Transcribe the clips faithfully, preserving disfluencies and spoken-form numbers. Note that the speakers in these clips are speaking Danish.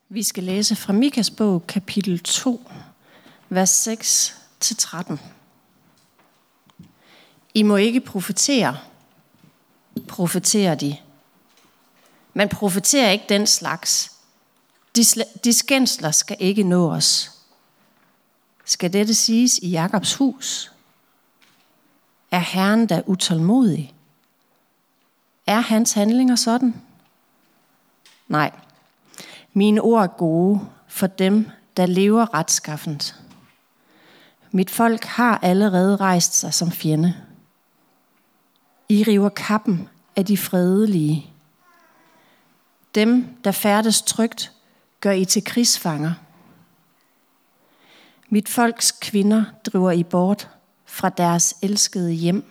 Vi skal læse fra Mikas bog, kapitel to, vers seks til tretten. I må ikke profetere, profeterer de. Man profeterer ikke den slags. De, sl- de skændsler skal ikke nå os. Skal dette siges i Jakobs hus? Er Herren da utålmodig? Er hans handlinger sådan? Nej. Mine ord er gode for dem, der lever retskaffent. Mit folk har allerede rejst sig som fjende. I river kappen af de fredelige. Dem, der færdes trygt, gør I til krigsfanger. Mit folks kvinder driver I bort fra deres elskede hjem.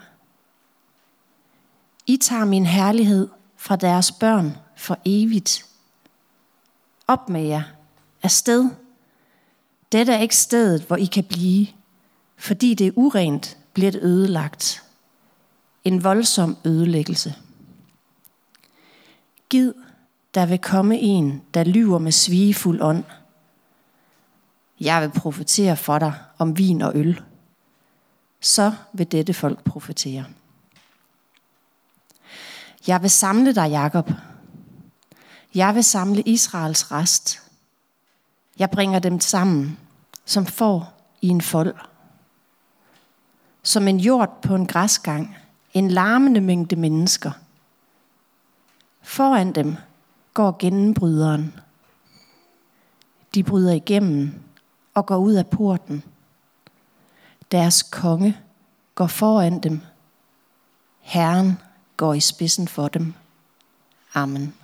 I tager min herlighed fra deres børn for evigt. Op med jer, afsted. Dette er ikke stedet, hvor I kan blive, fordi det er urent, bliver det ødelagt. En voldsom ødelæggelse. Gid, der vil komme en, der lyver med svigefuld ånd. Jeg vil profetere for dig om vin og øl. Så vil dette folk profetere. Jeg vil samle dig, Jakob. Jeg vil samle Israels rest. Jeg bringer dem sammen, som får i en fold. Som en hjort på en græsgang, en larmende mængde mennesker. Foran dem går gennembryderen. De bryder igennem og går ud af porten. Deres konge går foran dem. Herren går i spidsen for dem. Amen.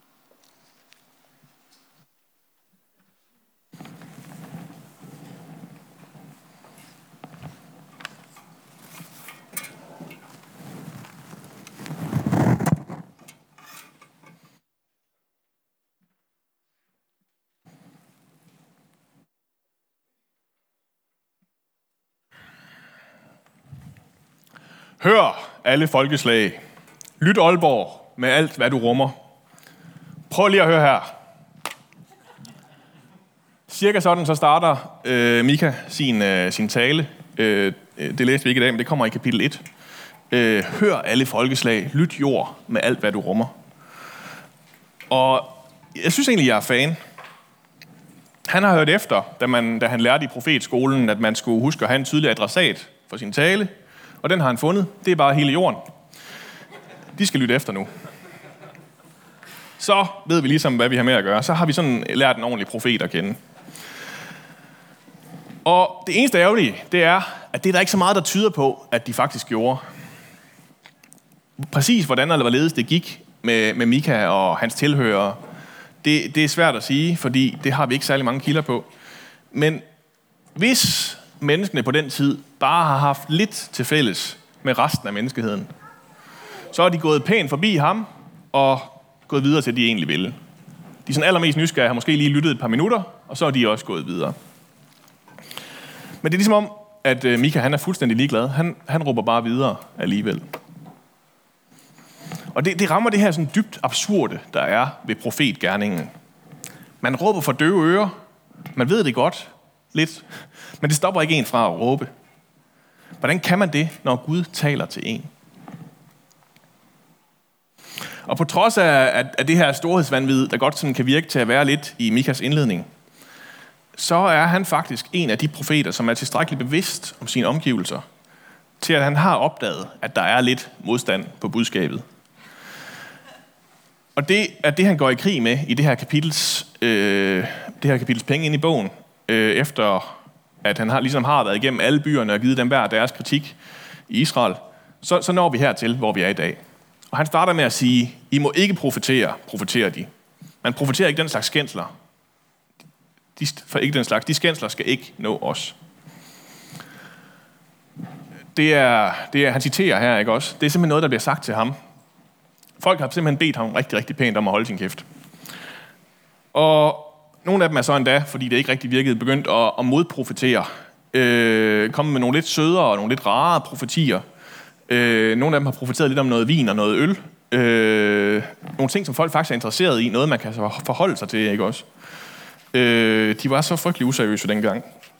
Hør alle folkeslag. Lyt Aalborg med alt, hvad du rummer. Prøv lige at høre her. Cirka sådan så starter øh, Mika sin, øh, sin tale. Øh, det læste vi ikke i dag, men det kommer i kapitel et. Øh, Hør alle folkeslag. Lyt jord med alt, hvad du rummer. Og jeg synes egentlig, jeg er fan. Han har hørt efter, da, man, da han lærte i profetskolen, at man skulle huske at have en tydelig adressat for sin tale. Og den har han fundet. Det er bare hele jorden. De skal lytte efter nu. Så ved vi ligesom, hvad vi har med at gøre. Så har vi sådan lært en ordentlig profet at kende. Og det eneste ærgerlige, det er, at det er der ikke så meget, der tyder på, at de faktisk gjorde. Præcis hvordan eller hvorledes det gik med, med Mika og hans tilhørere, det, det er svært at sige, fordi det har vi ikke særlig mange kilder på. Men hvis menneskene på den tid bare har haft lidt til fælles med resten af menneskeheden, så er de gået pænt forbi ham og gået videre til, de egentlig ville. De sådan allermest nysgerrige har måske lige lyttet et par minutter, og så er de også gået videre. Men det er ligesom om, at Mika han er fuldstændig ligeglad. Han, han råber bare videre alligevel. Og det, det rammer det her sådan dybt absurde, der er ved profetgerningen. Man råber for døve ører. Man ved det godt. Lidt. Men det stopper ikke en fra at råbe. Hvordan kan man det, når Gud taler til en? Og på trods af, af det her storhedsvanvid, der godt sådan kan virke til at være lidt i Mikas indledning, så er han faktisk en af de profeter, som er tilstrækkeligt bevidst om sine omgivelser, til at han har opdaget, at der er lidt modstand på budskabet. Og det er det, han går i krig med i det her kapitels, øh, det her kapitels penge ind i bogen, øh, efter at han har, ligesom har været igennem alle byerne og givet dem hver deres kritik i Israel, så, så når vi hertil, hvor vi er i dag. Og han starter med at sige, I må ikke profetere, profeterer de. Man profeterer ikke den slags skændsler. De, for ikke den slags. De skændsler skal ikke nå os. Det er, det er, han citerer her, ikke også? Det er simpelthen noget, der bliver sagt til ham. Folk har simpelthen bedt ham rigtig, rigtig pænt om at holde sin kæft. Og nogle af dem er så endda, fordi det ikke rigtig virkede, begyndt at, at modprofetere. Øh, komme med nogle lidt sødere og nogle lidt rare profetier. Øh, nogle af dem har profeteret lidt om noget vin og noget øl. Øh, nogle ting, som folk faktisk er interesseret i. Noget, man kan forholde sig til, ikke også? Øh, de var så frygtelig useriøse dengang.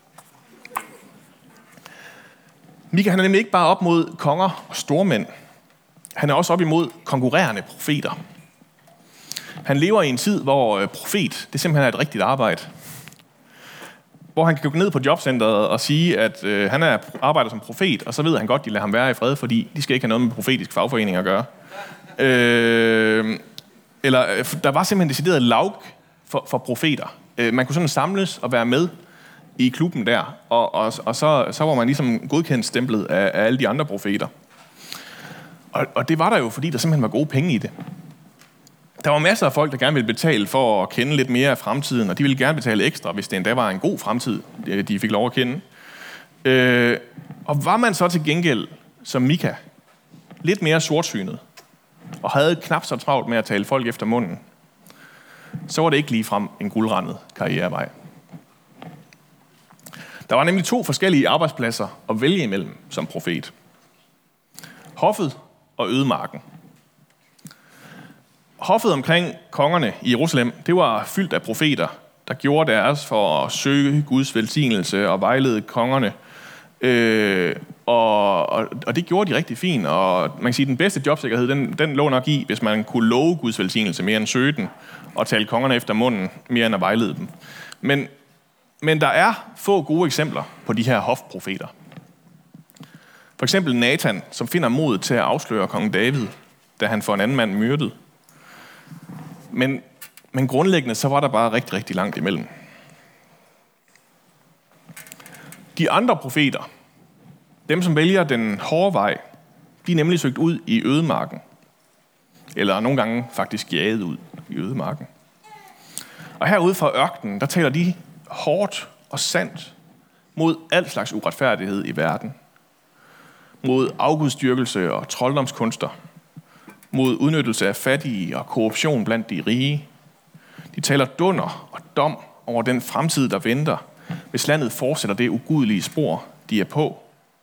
Mika, han er nemlig ikke bare op mod konger og stormænd. Han er også op imod konkurrerende profeter. Han lever i en tid, hvor profet, det simpelthen er et rigtigt arbejde. Hvor han kan gå ned på jobcentret og sige, at øh, han er arbejder som profet, og så ved han godt, de lader ham være i fred, fordi de skal ikke have noget med profetisk fagforening at gøre. Øh, eller der var simpelthen decideret laug for, for profeter. Øh, man kunne sådan samles og være med i klubben der, og, og, og så, så var man ligesom godkendt stemplet af, af alle de andre profeter. Og, og det var der jo, fordi der simpelthen var gode penge i det. Der var masser af folk, der gerne ville betale for at kende lidt mere af fremtiden, og de ville gerne betale ekstra, hvis det endda var en god fremtid, de fik lov at kende. Øh, og var man så til gengæld, som Mika, lidt mere sortsynet, og havde knap så travlt med at tale folk efter munden, så var det ikke ligefrem en guldrandet karrierevej. Der var nemlig to forskellige arbejdspladser at vælge imellem som profet. Hoffet og ødemarken. Hoffet omkring kongerne i Jerusalem, det var fyldt af profeter, der gjorde deres for at søge Guds velsignelse og vejlede kongerne. Øh, og, og, og det gjorde de rigtig fint, og man kan sige, at den bedste jobsikkerhed, den, den lå nok i, hvis man kunne love Guds velsignelse mere end søge den, og tale kongerne efter munden mere end at vejlede dem. Men, men der er få gode eksempler på de her hofprofeter. For eksempel Nathan, som finder mod til at afsløre kong David, da han får en anden mand myrdet. Men, men grundlæggende, så var der bare rigtig, rigtig langt imellem. De andre profeter, dem som vælger den hårde vej, de er nemlig søgt ud i ødemarken. Eller nogle gange faktisk jaget ud i ødemarken. Og herude fra ørkenen, der taler de hårdt og sandt mod al slags uretfærdighed i verden. Mod afgudstyrkelse og trolddomskunster. Mod udnyttelse af fattige og korruption blandt de rige. De taler dunder og dom over den fremtid, der venter, hvis landet fortsætter det ugudelige spor, de er på.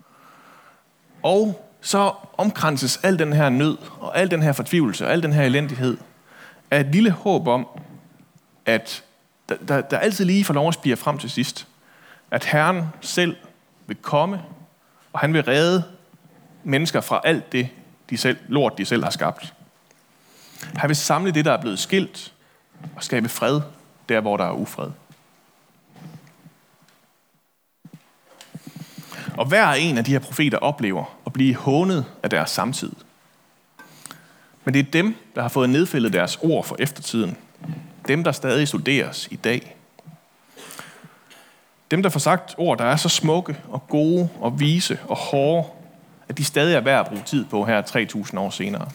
Og så omkranses al den her nød, og al den her fortvivlelse, og al den her elendighed, af et lille håb om, at der, der, der altid lige får lov at spire frem til sidst. At Herren selv vil komme, og han vil redde mennesker fra alt det, de selv, lort, de selv har skabt. Han vil samle det, der er blevet skilt, og skabe fred der, hvor der er ufred. Og hver en af de her profeter oplever at blive hånet af deres samtid. Men det er dem, der har fået nedfældet deres ord for eftertiden. Dem, der stadig studeres i dag. Dem, der får sagt ord, der er så smukke og gode og vise og hårde, at de stadig er værd at bruge tid på her tre tusind år senere.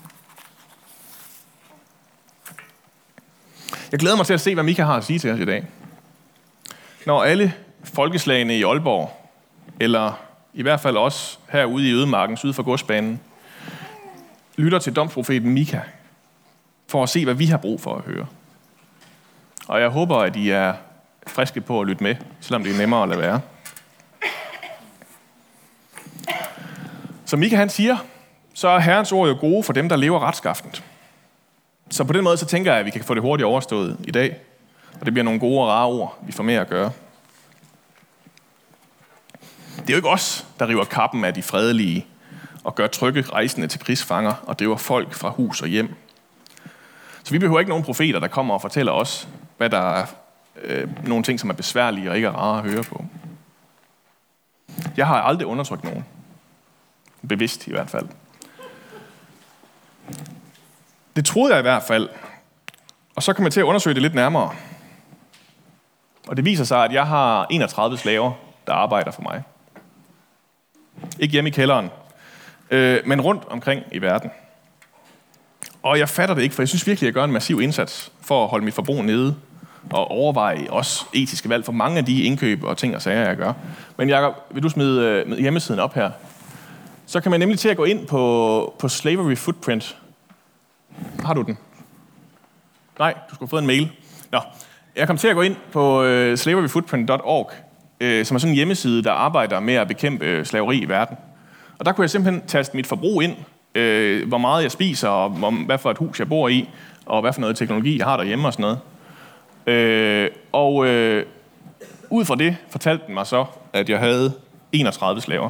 Jeg glæder mig til at se, hvad Mika har at sige til os i dag. Når alle folkeslagene i Aalborg, eller i hvert fald også herude i ødemarken syd for godsbanen, lytter til domsprofeten Mika, for at se, hvad vi har brug for at høre. Og jeg håber, at I er friske på at lytte med, selvom det er nemmere at lade være. Som Mika han siger, så er Herrens ord jo gode for dem, der lever retskaffent. Så på den måde, så tænker jeg, at vi kan få det hurtigt overstået i dag. Og det bliver nogle gode og rare ord, vi får med at gøre. Det er jo ikke os, der river kappen af de fredelige og gør trygge rejsende til krigsfanger og driver folk fra hus og hjem. Så vi behøver ikke nogen profeter, der kommer og fortæller os, hvad der er øh, nogle ting, som er besværlige og ikke er rare at høre på. Jeg har aldrig undertrykt nogen. Bevidst i hvert fald. Det troede jeg i hvert fald. Og så kom jeg til at undersøge det lidt nærmere. Og det viser sig, at jeg har enogtredive slaver, der arbejder for mig. Ikke hjemme i kælderen, øh, men rundt omkring i verden. Og jeg fatter det ikke, for jeg synes virkelig, at jeg gør en massiv indsats for at holde mit forbrug nede og overveje også etiske valg for mange af de indkøb og ting og sager, jeg gør. Men Jacob, vil du smide øh, hjemmesiden op her? Så kan man nemlig til at gå ind på, på Slavery Footprint. Har du den? Nej, du skulle have fået en mail. Nå, jeg kom til at gå ind på uh, slavery footprint punktum org, uh, som er sådan en hjemmeside, der arbejder med at bekæmpe uh, slaveri i verden. Og der kunne jeg simpelthen taste mit forbrug ind, uh, hvor meget jeg spiser, og om, hvad for et hus jeg bor i, og hvad for noget teknologi jeg har derhjemme og sådan noget. Øh, og øh, ud fra det fortalte den mig så, at jeg havde enogtredive slaver.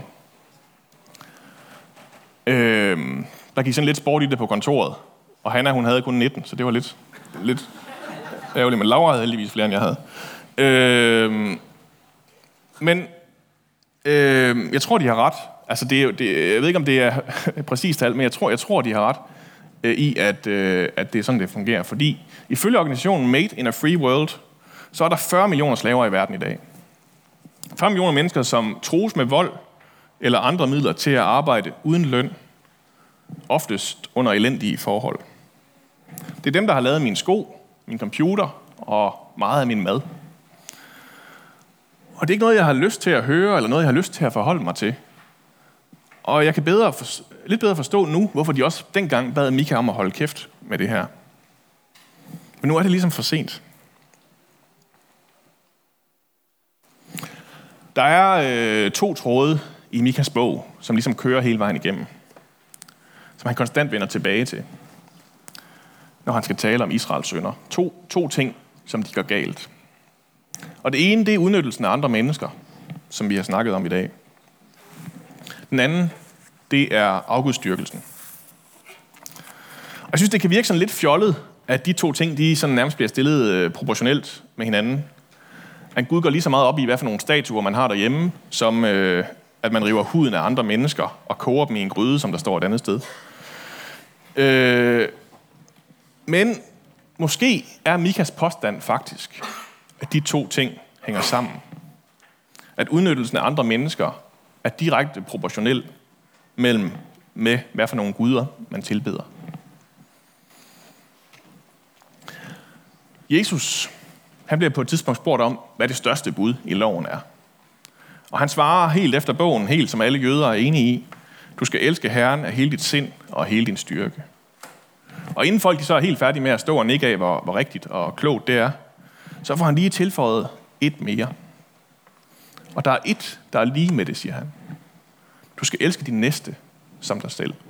Øh, der gik sådan lidt sport i det på kontoret, og Hanna, hun havde kun nitten, så det var lidt, lidt ærgerligt, men Laura havde heldigvis flere, end jeg havde. Øh, men øh, jeg tror, de har ret. Altså, det er jo, det, jeg ved ikke, om det er præcist tal, men jeg tror, jeg tror, de har ret øh, i, at, øh, at det er sådan, det fungerer. Fordi ifølge organisationen Made in a Free World, så er der fyrre millioner slaver i verden i dag. fyrre millioner mennesker, som trues med vold eller andre midler til at arbejde uden løn, oftest under elendige forhold. Det er dem, der har lavet mine sko, min computer og meget af min mad. Og det er ikke noget, jeg har lyst til at høre, eller noget, jeg har lyst til at forholde mig til. Og jeg kan bedre for, lidt bedre forstå nu, hvorfor de også dengang bad Mika om at holde kæft med det her. Men nu er det ligesom for sent. Der er øh, to tråde i Mikas bog, som ligesom kører hele vejen igennem. Som han konstant vender tilbage til, når han skal tale om Israels synder. To, to ting, som de gør galt. Og det ene, det er udnyttelsen af andre mennesker, som vi har snakket om i dag. Den anden, det er afgudstyrkelsen. Og jeg synes, det kan virke sådan lidt fjollet, at de to ting, de sådan nærmest bliver stillet øh, proportionelt med hinanden. At Gud går lige så meget op i, hvad for nogle statuer man har derhjemme, som øh, at man river huden af andre mennesker og koger dem i en gryde, som der står et andet sted. Øh, men måske er Mikas påstand faktisk, at de to ting hænger sammen. At udnyttelsen af andre mennesker er direkte proportionel mellem med, hvad for nogle guder man tilbeder. Jesus, han bliver på et tidspunkt spurgt om, hvad det største bud i loven er. Og han svarer helt efter bogen, helt som alle jøder er enige i, du skal elske Herren af hele dit sind og hele din styrke. Og inden folk de så er helt færdige med at stå og nikke af, hvor, hvor rigtigt og klogt det er, så får han lige tilføjet et mere. Og der er et, der er lige med det, siger han. Du skal elske din næste som dig selv.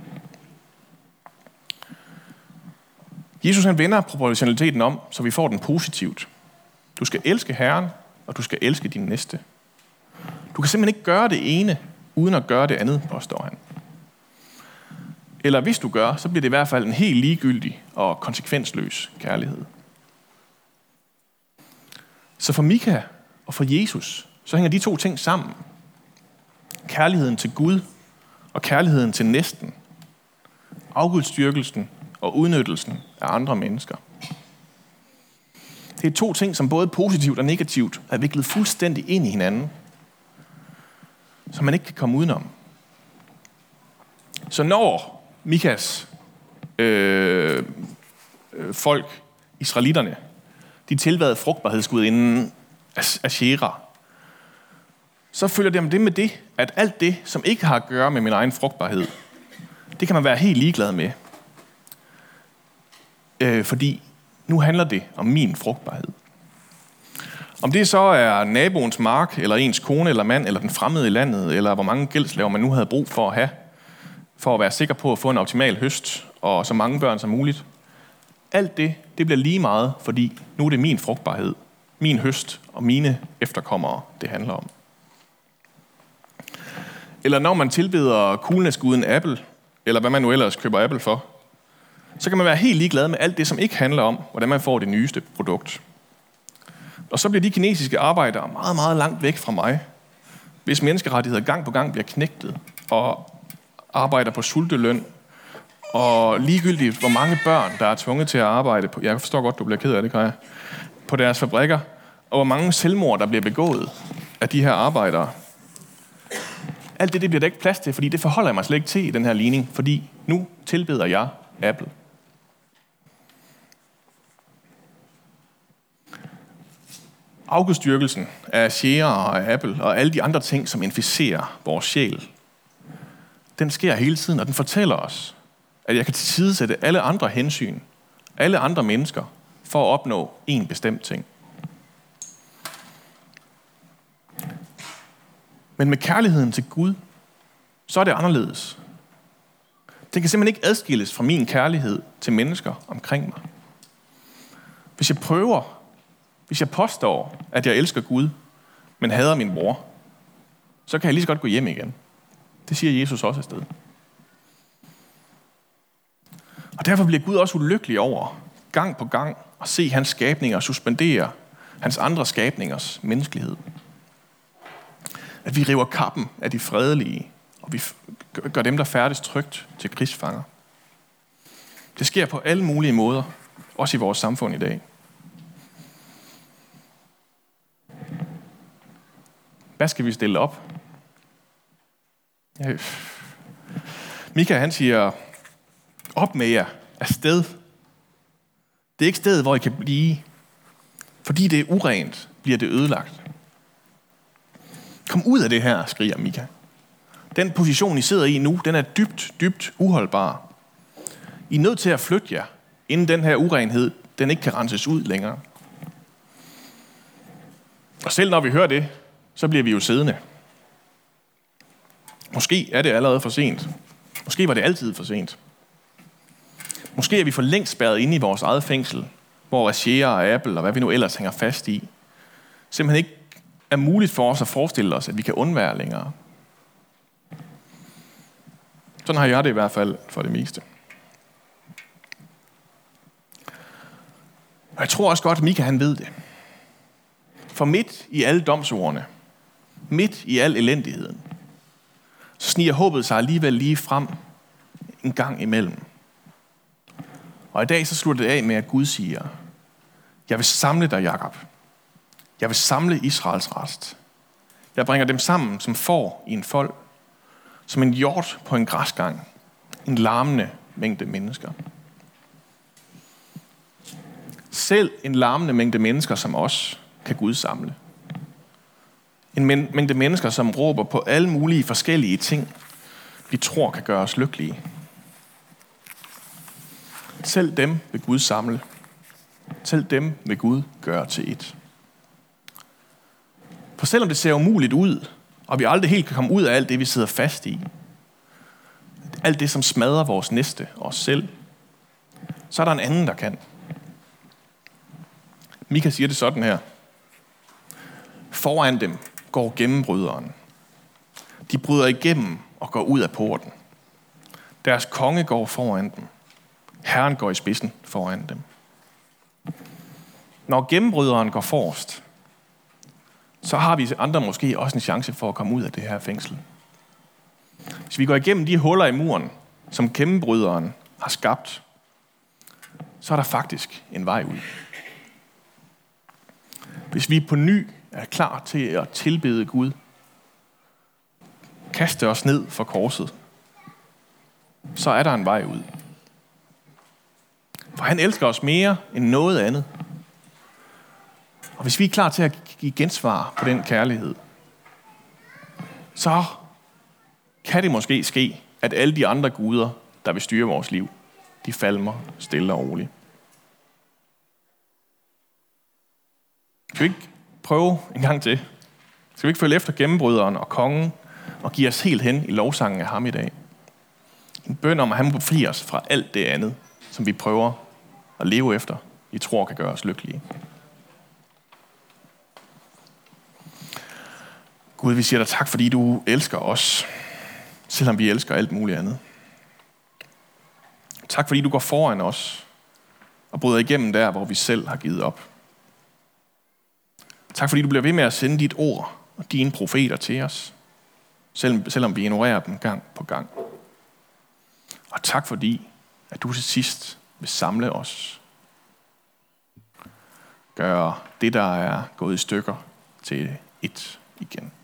Jesus han vender proportionaliteten om, så vi får den positivt. Du skal elske Herren, og du skal elske din næste. Du kan simpelthen ikke gøre det ene, uden at gøre det andet, påstår han. Eller hvis du gør, så bliver det i hvert fald en helt ligegyldig og konsekvensløs kærlighed. Så for Mika og for Jesus, så hænger de to ting sammen. Kærligheden til Gud og kærligheden til næsten. Afgudstyrkelsen og udnyttelsen af andre mennesker. Det er to ting, som både positivt og negativt er viklet fuldstændig ind i hinanden, som man ikke kan komme udenom. Så når Mikas øh, øh, folk, israelitterne, de tilbad frugtbarhedsgudinden Ashera, så følger det om det med det, at alt det, som ikke har at gøre med min egen frugtbarhed, det kan man være helt ligeglad med. Øh, fordi nu handler det om min frugtbarhed. Om det så er naboens mark, eller ens kone eller mand, eller den fremmede i landet, eller hvor mange gældslaver man nu havde brug for at have, for at være sikker på at få en optimal høst, og så mange børn som muligt. Alt det, det bliver lige meget, fordi nu er det min frugtbarhed, min høst og mine efterkommere, det handler om. Eller når man tilbeder coolness-guden Apple, eller hvad man nu ellers køber Apple for, så kan man være helt ligeglad med alt det, som ikke handler om, hvordan man får det nyeste produkt. Og så bliver de kinesiske arbejdere meget, meget langt væk fra mig, hvis menneskerettigheder gang på gang bliver knægtet, og arbejder på sulteløn, og ligegyldigt, hvor mange børn, der er tvunget til at arbejde på, jeg forstår godt, du bliver ked af det, Kaja, på deres fabrikker, og hvor mange selvmord, der bliver begået af de her arbejdere. Alt det, det bliver der ikke plads til, fordi det forholder jeg mig slet ikke til i den her ligning, fordi nu tilbeder jeg Apple. Afgudstyrkelsen af Ashera og af Apple og alle de andre ting, som inficerer vores sjæl, den sker hele tiden, og den fortæller os, at jeg kan tilsidesætte alle andre hensyn, alle andre mennesker, for at opnå en bestemt ting. Men med kærligheden til Gud, så er det anderledes. Det kan simpelthen ikke adskilles fra min kærlighed til mennesker omkring mig. Hvis jeg prøver Hvis jeg påstår, at jeg elsker Gud, men hader min bror, så kan jeg lige så godt gå hjem igen. Det siger Jesus også afsted. Og derfor bliver Gud også ulykkelig over, gang på gang, at se hans skabninger suspendere hans andre skabningers menneskelighed. At vi river kappen af de fredelige, og vi gør dem, der færdes trygt, til krigsfanger. Det sker på alle mulige måder, også i vores samfund i dag. Hvad skal vi stille op? Ja. Mika, han siger, op med jer, afsted. Det er ikke stedet, hvor I kan blive. Fordi det er urent, bliver det ødelagt. Kom ud af det her, skriger Mika. Den position, I sidder i nu, den er dybt, dybt uholdbar. I er nødt til at flytte jer, inden den her urenhed, den ikke kan renses ud længere. Og selv når vi hører det, så bliver vi jo siddende. Måske er det allerede for sent. Måske var det altid for sent. Måske er vi for længst spærret inde i vores eget fængsel, hvor Rashea og Apple og hvad vi nu ellers hænger fast i, simpelthen ikke er muligt for os at forestille os, at vi kan undvære længere. Sådan har jeg det i hvert fald for det meste. Og jeg tror også godt, at Mika han ved det. For midt i alle domsordene, midt i al elendigheden, så sniger håbet sig alligevel lige frem en gang imellem. Og i dag så slutter det af med, at Gud siger, jeg vil samle dig, Jakob. Jeg vil samle Israels rest. Jeg bringer dem sammen som får i en fold, som en hjort på en græsgang, en larmende mængde mennesker. Selv en larmende mængde mennesker som os kan Gud samle. En mængde mennesker, som råber på alle mulige forskellige ting, vi tror kan gøre os lykkelige. Selv dem vil Gud samle. Selv dem vil Gud gøre til et. For selvom det ser umuligt ud, og vi aldrig helt kan komme ud af alt det, vi sidder fast i, alt det, som smadrer vores næste og os selv, så er der en anden, der kan. Mika siger det sådan her. Foran dem går gennembryderen. De bryder igennem og går ud af porten. Deres konge går foran dem. Herren går i spidsen foran dem. Når gennembryderen går forrest, så har vi andre måske også en chance for at komme ud af det her fængsel. Hvis vi går igennem de huller i muren, som gennembryderen har skabt, så er der faktisk en vej ud. Hvis vi på ny er klar til at tilbede Gud, kaste os ned for korset, så er der en vej ud. For han elsker os mere end noget andet. Og hvis vi er klar til at give gensvar på den kærlighed, så kan det måske ske, at alle de andre guder, der vil styre vores liv, de falmer stille og roligt. Skal vi ikke prøve en gang til? Skal vi ikke følge efter gennembryderen og kongen og give os helt hen i lovsangen af ham i dag? En bøn om, at han må befri os fra alt det andet, som vi prøver at leve efter, vi tror kan gøre os lykkelige. Gud, vi siger dig tak, fordi du elsker os, selvom vi elsker alt muligt andet. Tak, fordi du går foran os og bryder igennem der, hvor vi selv har givet op. Tak, fordi du bliver ved med at sende dit ord og dine profeter til os, selvom, selvom vi ignorerer dem gang på gang. Og tak, fordi at du til sidst vil samle os. Gør det, der er gået i stykker, til et igen.